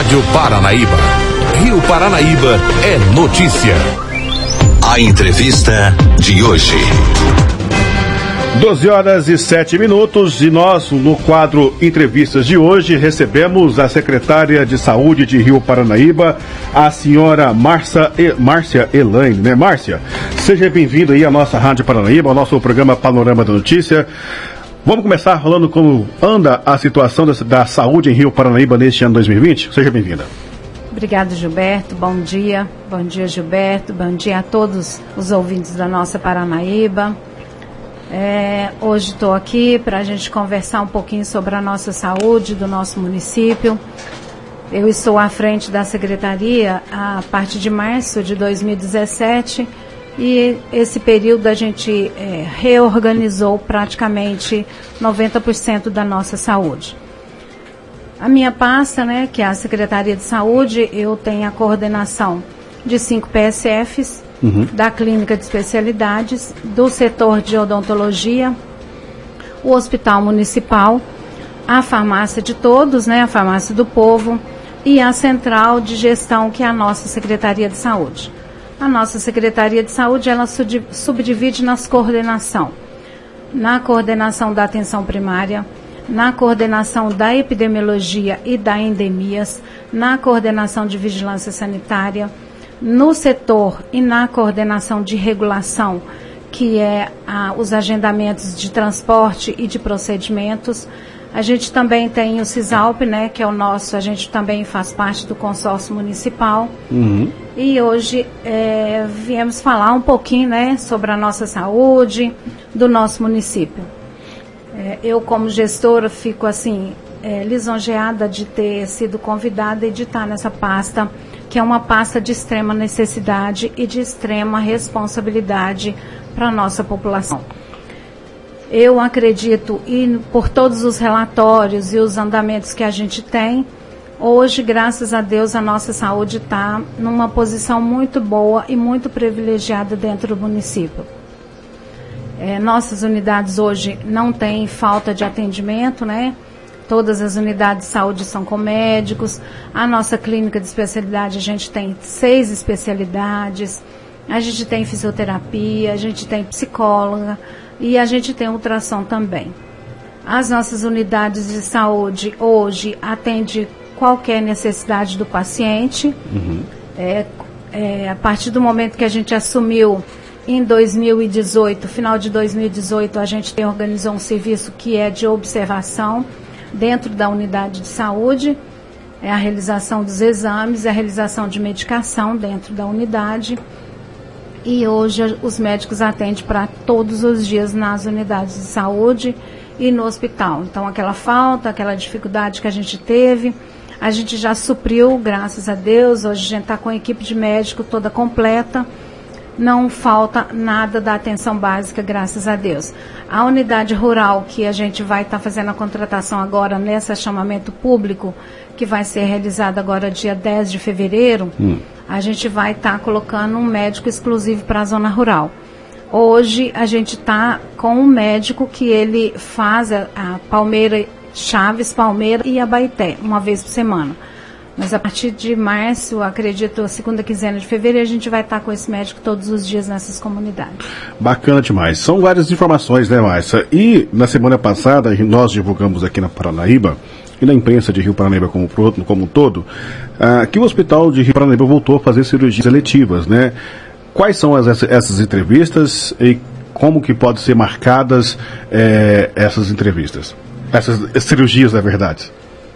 Rádio Paranaíba. Rio Paranaíba é notícia. A entrevista de hoje. 12h07 e nós, no quadro Entrevistas de hoje, recebemos a secretária de Saúde de Rio Paranaíba, a senhora Márcia Elaine, né, Márcia? Seja bem-vinda aí à nossa Rádio Paranaíba, ao nosso programa Panorama da Notícia. Vamos começar falando como anda a situação da saúde em Rio Paranaíba neste ano 2020? Seja bem-vinda. Obrigado, Gilberto. Bom dia, Gilberto. Bom dia a todos os ouvintes da nossa Paranaíba. Hoje estou aqui para a gente conversar um pouquinho sobre a nossa saúde do nosso município. Eu estou à frente da secretaria a partir de março de 2017 e esse período a gente reorganizou praticamente 90% da nossa saúde. A minha pasta, né, que é a Secretaria de Saúde, eu tenho a coordenação de 5 PSFs, da Clínica de Especialidades, do setor de odontologia, o Hospital Municipal, a farmácia de todos, né, a farmácia do povo e a Central de Gestão, que é a nossa Secretaria de Saúde. A nossa Secretaria de Saúde, ela subdivide nas coordenação. Na coordenação da atenção primária, na coordenação da epidemiologia e da endemias, na coordenação de vigilância sanitária, no setor e na coordenação de regulação, que é os agendamentos de transporte e de procedimentos. A gente também tem o CISALP, né, que é o nosso, a gente também faz parte do consórcio municipal. E hoje viemos falar um pouquinho, né, sobre a nossa saúde do nosso município. Eu, como gestora, fico assim, lisonjeada de ter sido convidada e de estar nessa pasta, que é uma pasta de extrema necessidade e de extrema responsabilidade para a nossa população. Eu acredito, e por todos os relatórios e os andamentos que a gente tem, hoje, graças a Deus, a nossa saúde está numa posição muito boa e muito privilegiada dentro do município. Nossas unidades hoje não têm falta de atendimento, né? Todas as unidades de saúde são com médicos. A nossa clínica de especialidade, a gente tem 6 especialidades. A gente tem fisioterapia, a gente tem psicóloga e a gente tem ultrassom também. As nossas unidades de saúde hoje atendem qualquer necessidade do paciente. A partir do momento que a gente assumiu em 2018, final de 2018, a gente organizou um serviço que é de observação dentro da unidade de saúde, a realização dos exames, a realização de medicação dentro da unidade. E hoje os médicos atendem para todos os dias nas unidades de saúde e no hospital. Então, aquela falta, aquela dificuldade que a gente teve, a gente já supriu, graças a Deus. Hoje a gente está com a equipe de médico toda completa. Não falta nada da atenção básica, graças a Deus. A unidade rural, que a gente vai estar fazendo a contratação agora nesse chamamento público, que vai ser realizado agora dia 10 de fevereiro, a gente vai estar colocando um médico exclusivo para a zona rural. Hoje a gente está com um médico que ele faz a Palmeira, Chaves, Palmeira e Abaeté, uma vez por semana. Mas a partir de março, acredito, a segunda quinzena de fevereiro, a gente vai estar com esse médico todos os dias nessas comunidades. Bacana demais. São várias informações, né, Márcia? E na semana passada, nós divulgamos aqui na Paranaíba, e na imprensa de Rio Paranaíba como um todo, que o Hospital de Rio Paranaíba voltou a fazer cirurgias eletivas, né? Quais são essas entrevistas e como que podem ser marcadas essas entrevistas? Essas cirurgias, na verdade.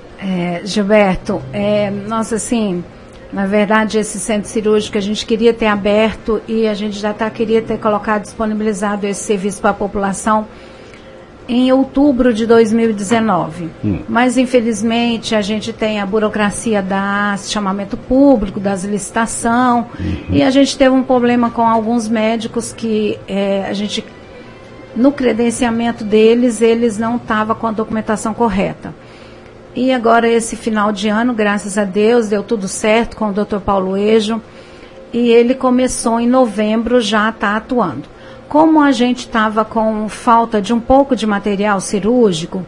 Gilberto, nossa, assim, na verdade, esse centro cirúrgico a gente queria ter aberto e a gente já queria ter colocado, disponibilizado esse serviço para a população em outubro de 2019. Mas, infelizmente, a gente tem a burocracia do chamamento público, das licitações, e a gente teve um problema com alguns médicos que a gente, no credenciamento deles, eles não estavam com a documentação correta. E agora, esse final de ano, graças a Deus, deu tudo certo com o Dr. Paulo Ejo, e ele começou em novembro já a estar atuando. Como a gente estava com falta de um pouco de material cirúrgico,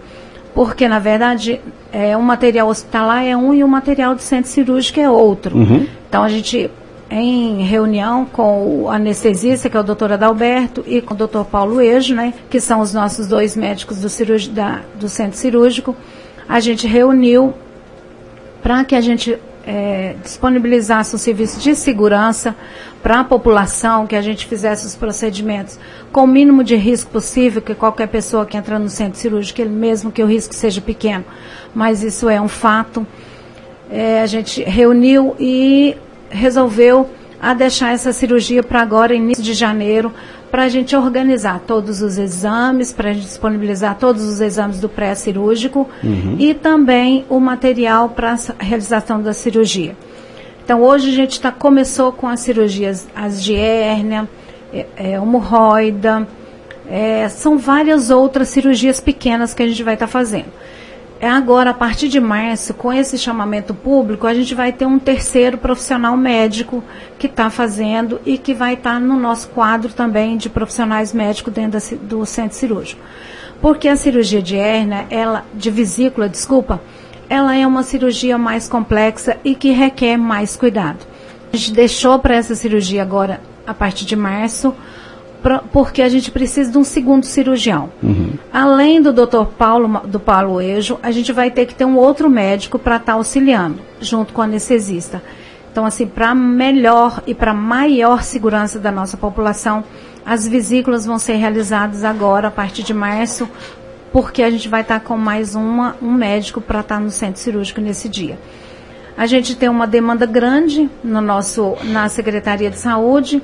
porque, na verdade, o material hospitalar é um e o material do centro cirúrgico é outro. Então, a gente, em reunião com o anestesista, que é o doutor Adalberto, e com o doutor Paulo Ejo, né, que são os nossos 2 médicos do centro cirúrgico, a gente reuniu para que a gente disponibilizasse um serviço de segurança para a população, que a gente fizesse os procedimentos com o mínimo de risco possível, que qualquer pessoa que entra no centro cirúrgico, mesmo que o risco seja pequeno, mas isso é um fato. A gente reuniu e resolveu deixar essa cirurgia para agora, início de janeiro, para a gente organizar todos os exames, para a gente disponibilizar todos os exames do pré-cirúrgico e também o material para a realização da cirurgia. Então, hoje a gente começou com as cirurgias, as de hérnia, hemorroida, são várias outras cirurgias pequenas que a gente vai estar fazendo. Agora, a partir de março, com esse chamamento público, a gente vai ter um terceiro profissional médico que está fazendo e que vai estar no nosso quadro também de profissionais médicos dentro do centro cirúrgico. Porque a cirurgia de hérnia, de vesícula, ela é uma cirurgia mais complexa e que requer mais cuidado. A gente deixou para essa cirurgia agora, a partir de março, porque a gente precisa de um segundo cirurgião. Além do Dr. Paulo Ejo, a gente vai ter que ter um outro médico para estar auxiliando, junto com o anestesista. Então, assim, para melhor e para maior segurança da nossa população, as vesículas vão ser realizadas agora, a partir de março, porque a gente vai estar com mais um médico para estar no centro cirúrgico nesse dia. A gente tem uma demanda grande na Secretaria de Saúde.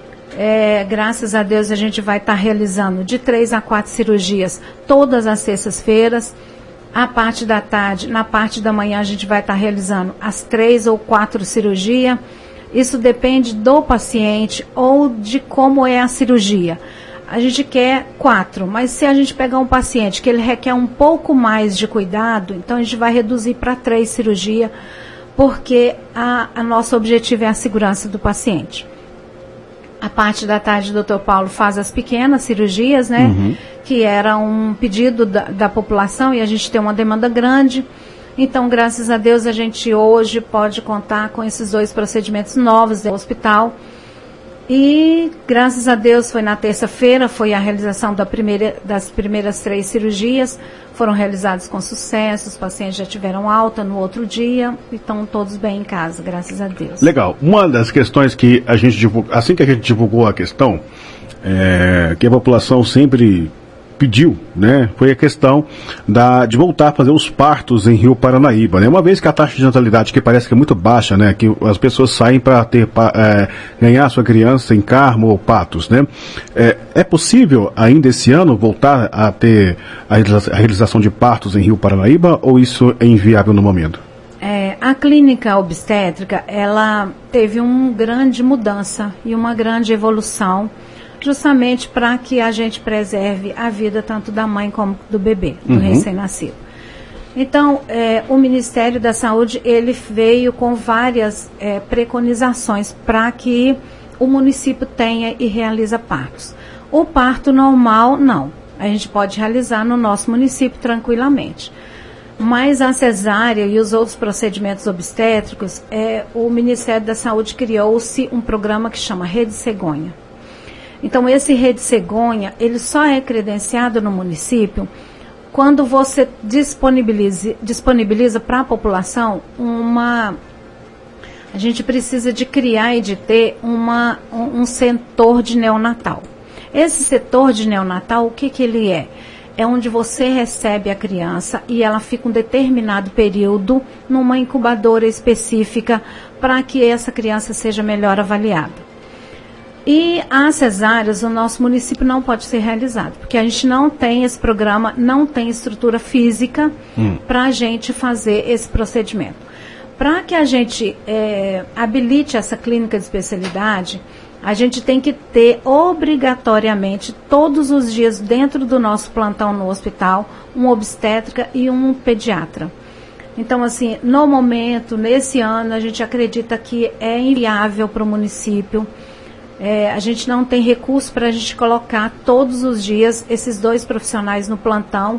Graças a Deus a gente vai estar realizando de 3 a 4 cirurgias todas as sextas-feiras. A parte da tarde, na parte da manhã a gente vai estar realizando as 3 ou 4 cirurgias. Isso depende do paciente ou de como é a cirurgia. A gente quer 4, mas se a gente pegar um paciente que ele requer um pouco mais de cuidado, então a gente vai reduzir para 3 cirurgias, porque a nosso objetivo é a segurança do paciente. A parte da tarde, o Dr. Paulo faz as pequenas cirurgias, né? Que era um pedido da população e a gente tem uma demanda grande. Então, graças a Deus, a gente hoje pode contar com esses 2 procedimentos novos do hospital. E, graças a Deus, foi na terça-feira, foi a realização das primeiras 3 cirurgias. Foram realizadas com sucesso, os pacientes já tiveram alta no outro dia e estão todos bem em casa, graças a Deus. Legal. Uma das questões que a gente divulgou, assim que a gente divulgou a questão, que a população sempre pediu, né, foi a questão de voltar a fazer os partos em Rio Paranaíba, né, uma vez que a taxa de natalidade, que parece que é muito baixa, né, que as pessoas saem para ganhar sua criança em Carmo ou Patos, né, é possível ainda esse ano voltar a ter a realização de partos em Rio Paranaíba ou isso é inviável no momento? A clínica obstétrica, ela teve uma grande mudança e uma grande evolução, justamente para que a gente preserve a vida tanto da mãe como do bebê, do recém-nascido. Então, o Ministério da Saúde, ele veio com várias preconizações para que o município tenha e realiza partos. O parto normal, não. A gente pode realizar no nosso município tranquilamente. Mas a cesárea e os outros procedimentos obstétricos, o Ministério da Saúde criou-se um programa que chama Rede Cegonha. Então, esse Rede Cegonha, ele só é credenciado no município quando você disponibiliza para a população a gente precisa de criar e de ter um setor de neonatal. Esse setor de neonatal, o que ele é? É onde você recebe a criança e ela fica um determinado período numa incubadora específica para que essa criança seja melhor avaliada. E as cesáreas, o nosso município não pode ser realizado, porque a gente não tem esse programa, não tem estrutura física para a gente fazer esse procedimento. Para que a gente habilite essa clínica de especialidade, a gente tem que ter obrigatoriamente, todos os dias, dentro do nosso plantão no hospital, um obstétrica e um pediatra. Então, assim, no momento, nesse ano, a gente acredita que é inviável para o município. A gente não tem recurso para a gente colocar todos os dias esses 2 profissionais no plantão,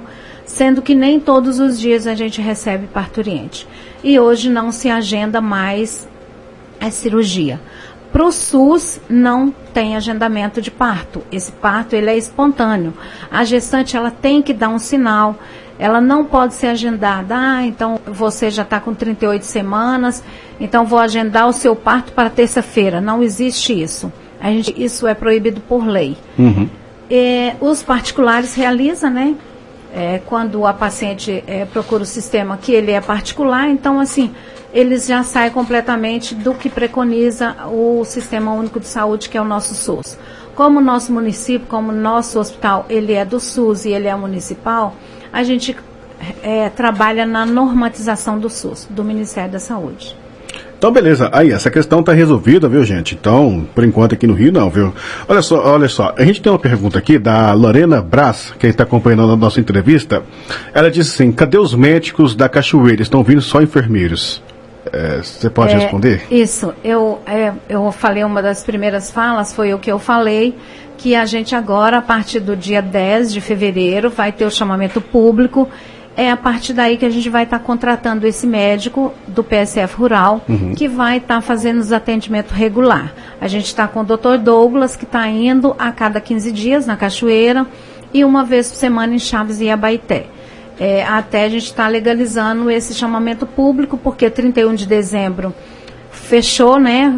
sendo que nem todos os dias a gente recebe parturiente. E hoje não se agenda mais a cirurgia. Para o SUS não tem agendamento de parto. Esse parto ele é espontâneo. A gestante ela tem que dar um sinal. Ela não pode ser agendada. Então você já está com 38 semanas, então vou agendar o seu parto para terça-feira. Não existe isso. Isso é proibido por lei. Uhum. Os particulares realizam, né? Quando a paciente procura o sistema que ele é particular, então assim, eles já saem completamente do que preconiza o Sistema Único de Saúde, que é o nosso SUS. Como o nosso município, como o nosso hospital, ele é do SUS e ele é municipal, a gente trabalha na normatização do SUS, do Ministério da Saúde. Então, beleza. Aí, essa questão está resolvida, viu, gente? Então, por enquanto aqui no Rio, não, viu? Olha só. A gente tem uma pergunta aqui da Lorena Brás, que está acompanhando a nossa entrevista. Ela disse assim, cadê os médicos da Cachoeira? Estão vindo só enfermeiros. Você pode responder? Isso. Eu falei, uma das primeiras falas foi o que eu falei, que a gente agora, a partir do dia 10 de fevereiro, vai ter o chamamento público. É a partir daí que a gente vai estar contratando esse médico do PSF Rural, que vai estar fazendo os atendimentos regular. A gente está com o Dr. Douglas, que está indo a cada 15 dias na Cachoeira e uma vez por semana em Chaves e Abaeté. Até a gente está legalizando esse chamamento público, porque 31 de dezembro fechou, né?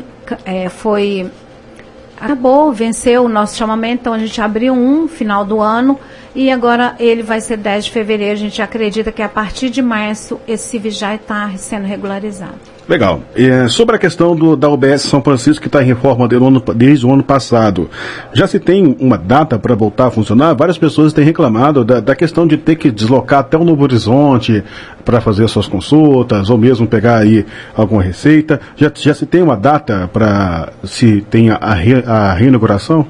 Acabou, venceu o nosso chamamento, então a gente abriu final do ano, e agora ele vai ser 10 de fevereiro. A gente acredita que a partir de março esse serviço já está sendo regularizado. Legal. Sobre a questão da UBS São Francisco, que está em reforma desde o ano passado, já se tem uma data para voltar a funcionar? Várias pessoas têm reclamado da questão de ter que deslocar até o Novo Horizonte para fazer suas consultas, ou mesmo pegar aí alguma receita. Já se tem uma data para se tem a reinauguração?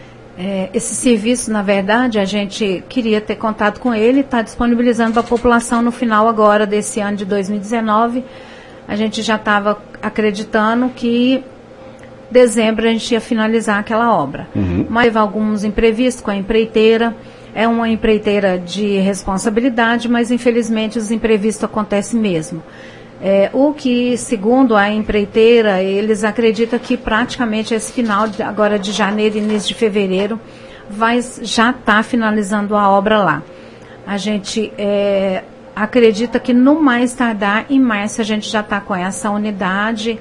Esse serviço, na verdade, a gente queria ter contato com ele, está disponibilizando para a população no final agora desse ano de 2019. A gente já estava acreditando que dezembro a gente ia finalizar aquela obra. Mas teve alguns imprevistos com a empreiteira. É uma empreiteira de responsabilidade, mas infelizmente os imprevistos acontecem mesmo. O que, segundo a empreiteira, eles acreditam que praticamente esse final agora de janeiro e início de fevereiro já está finalizando a obra lá. A gente acredita que no mais tardar, em março, a gente já está com essa unidade.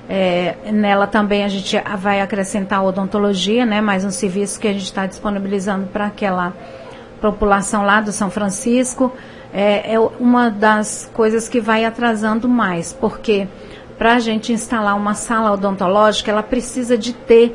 Nela também a gente vai acrescentar a odontologia, né, mais um serviço que a gente está disponibilizando para aquela população lá do São Francisco. É uma das coisas que vai atrasando mais, porque para a gente instalar uma sala odontológica, ela precisa de ter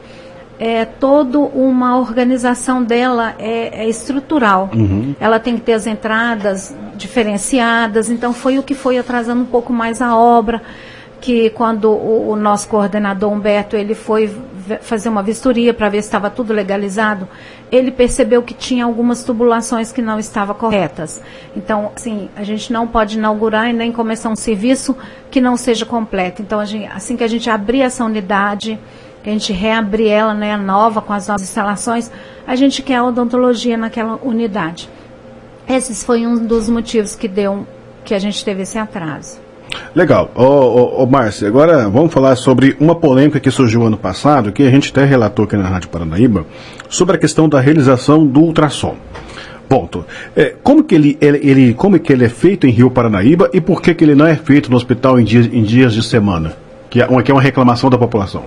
toda uma organização dela estrutural. Ela tem que ter as entradas diferenciadas, então foi o que foi atrasando um pouco mais a obra, que quando o nosso coordenador Humberto, ele foi fazer uma vistoria para ver se estava tudo legalizado, ele percebeu que tinha algumas tubulações que não estavam corretas. Então, assim, a gente não pode inaugurar e nem começar um serviço que não seja completo. Então, assim que a gente abrir essa unidade, que a gente reabrir ela, né, nova, com as novas instalações, a gente quer a odontologia naquela unidade. Esse foi um dos motivos que a gente teve esse atraso. Legal. Márcia, agora vamos falar sobre uma polêmica que surgiu ano passado, que a gente até relatou aqui na Rádio Paranaíba, sobre a questão da realização do ultrassom. Ponto. Como que ele é feito em Rio Paranaíba e por que ele não é feito no hospital em dias de semana? Que é uma reclamação da população.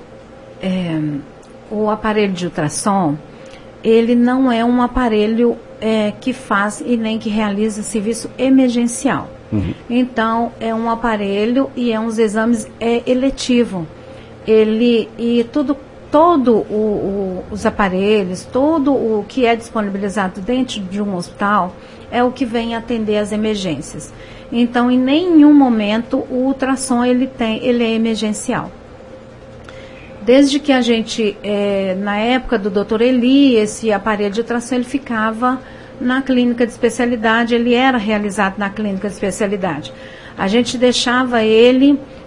O aparelho de ultrassom, ele não é um aparelho que faz e nem que realiza serviço emergencial. Então, é um aparelho e é uns exames eletivo. Os aparelhos, todo o que é disponibilizado dentro de um hospital é o que vem atender as emergências. Então, em nenhum momento o ultrassom ele é emergencial. Desde que a gente, na época do Dr. Eli, esse aparelho de ultrassom ele ficava na clínica de especialidade, ele era realizado na clínica de especialidade. A gente deixava ele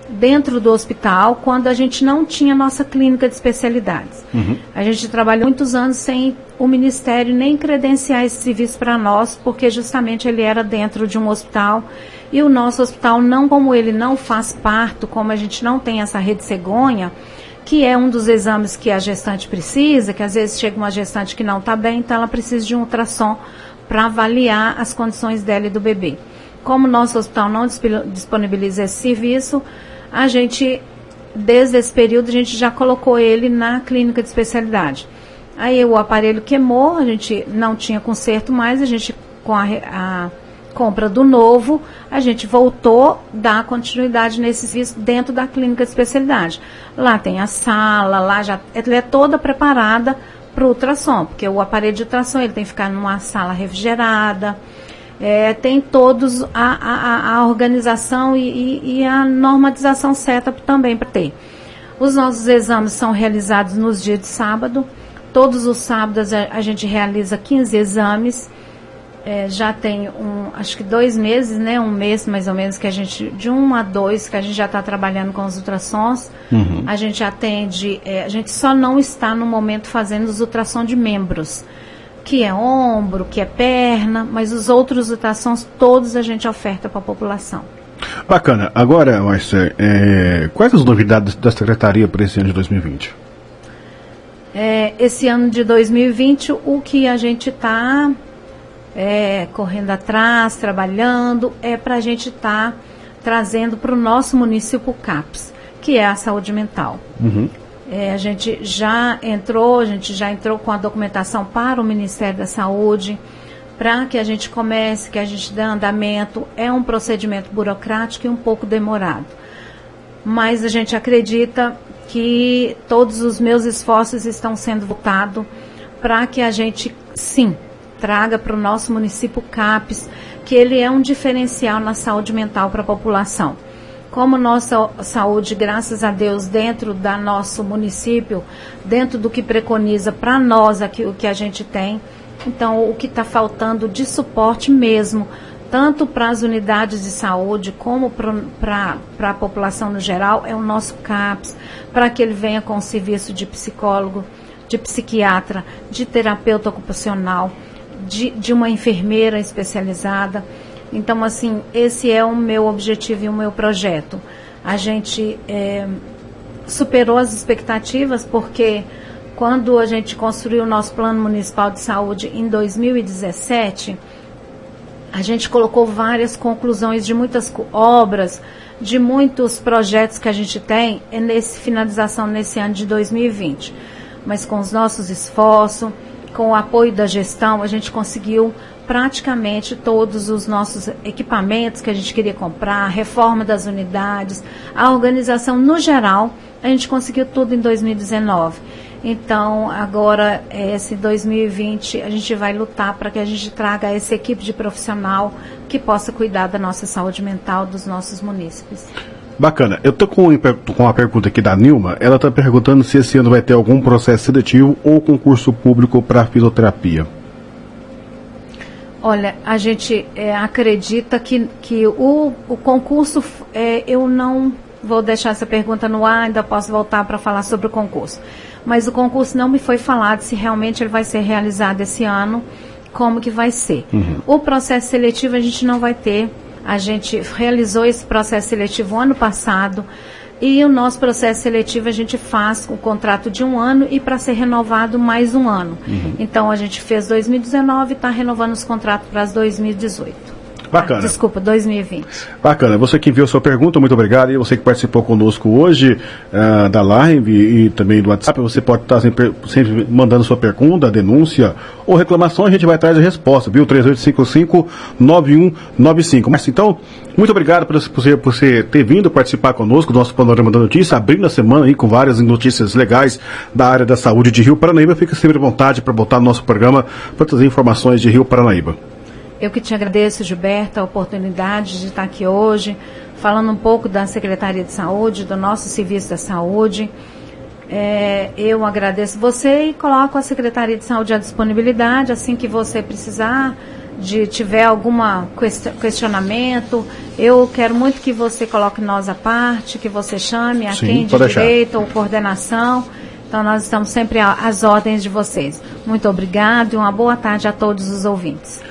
dentro do hospital, quando a gente não tinha nossa clínica de especialidades. A gente trabalhou muitos anos sem o Ministério nem credenciar esse serviço para nós, porque justamente ele era dentro de um hospital, e o nosso hospital, não, como ele não faz parto, como a gente não tem essa rede cegonha, que é um dos exames que a gestante precisa, que às vezes chega uma gestante que não está bem, então ela precisa de um ultrassom para avaliar as condições dela e do bebê. Como o nosso hospital não disponibiliza esse serviço, a gente, desde esse período, a gente já colocou ele na clínica de especialidade. Aí o aparelho queimou, a gente não tinha conserto mais, a gente, com a compra do novo, a gente voltou a dar continuidade nesse serviço dentro da clínica de especialidade. Lá tem a sala, lá já ela é toda preparada para o ultrassom, porque o aparelho de ultrassom ele tem que ficar numa sala refrigerada, tem todos a organização e a normatização certa também para ter. Os nossos exames são realizados nos dias de sábado. Todos os sábados a gente realiza 15 exames. Já tem acho que 2 meses, né? Um mês mais ou menos, que a gente, de 1 a 2, que a gente já está trabalhando com os ultrassons. A gente atende, a gente só não está no momento fazendo os ultrassons de membros, que é ombro, que é perna, mas os outros ultrassons todos a gente oferta para a população. Bacana. Agora, Márcia, quais as novidades da Secretaria para esse ano de 2020? Esse ano de 2020, o que a gente está correndo atrás, trabalhando, para a gente estar trazendo para o nosso município o CAPS, que é a saúde mental. A gente já entrou com a documentação para o Ministério da Saúde, para que a gente comece, que a gente dê andamento. É um procedimento burocrático e um pouco demorado, mas a gente acredita que todos os meus esforços estão sendo voltados para que a gente, sim, traga para o nosso município CAPS, que ele é um diferencial na saúde mental para a população. Como nossa saúde, graças a Deus, dentro do nosso município, dentro do que preconiza para nós aqui, o que a gente tem, então o que está faltando de suporte mesmo, tanto para as unidades de saúde como para a população no geral, é o nosso CAPS, para que ele venha com o serviço de psicólogo, de psiquiatra, de terapeuta ocupacional, de uma enfermeira especializada. Então, assim, esse é o meu objetivo e o meu projeto. A gente superou as expectativas, porque quando a gente construiu o nosso Plano Municipal de Saúde em 2017, a gente colocou várias conclusões de muitas obras, de muitos projetos que a gente tem finalização nesse ano de 2020. Mas com os nossos esforços, com o apoio da gestão, a gente conseguiu praticamente todos os nossos equipamentos que a gente queria comprar, a reforma das unidades, a organização no geral, a gente conseguiu tudo em 2019. Então, agora, esse 2020, a gente vai lutar para que a gente traga essa equipe de profissional que possa cuidar da nossa saúde mental dos nossos munícipes. Bacana. Eu estou com uma pergunta aqui da Nilma. Ela está perguntando se esse ano vai ter algum processo seletivo ou concurso público para fisioterapia. Olha, a gente acredita que o concurso, eu não vou deixar essa pergunta no ar, ainda posso voltar para falar sobre o concurso. Mas o concurso não me foi falado se realmente ele vai ser realizado esse ano, como que vai ser. O processo seletivo a gente não vai ter. A gente realizou esse processo seletivo ano passado, e o nosso processo seletivo a gente faz o contrato de 1 ano e para ser renovado mais 1 ano. Então a gente fez 2019 e está renovando os contratos para 2018. Bacana. Desculpa, 2020. Bacana. Você que enviou sua pergunta, muito obrigado. E você que participou conosco hoje da live e também do WhatsApp, você pode estar sempre mandando sua pergunta, denúncia ou reclamação, a gente vai atrás da resposta, viu? 3855-9195. Mas então, muito obrigado por você ter vindo participar conosco do nosso Panorama da Notícia, abrindo a semana aí com várias notícias legais da área da saúde de Rio Paranaíba. Fica sempre à vontade para botar no nosso programa para trazer informações de Rio Paranaíba. Eu que te agradeço, Gilberto, a oportunidade de estar aqui hoje, falando um pouco da Secretaria de Saúde, do nosso Serviço da Saúde. Eu agradeço você e coloco a Secretaria de Saúde à disponibilidade, assim que você precisar tiver algum questionamento, eu quero muito que você coloque nós à parte, que você chame a quem de direito ou coordenação. Então, nós estamos sempre às ordens de vocês. Muito obrigado e uma boa tarde a todos os ouvintes.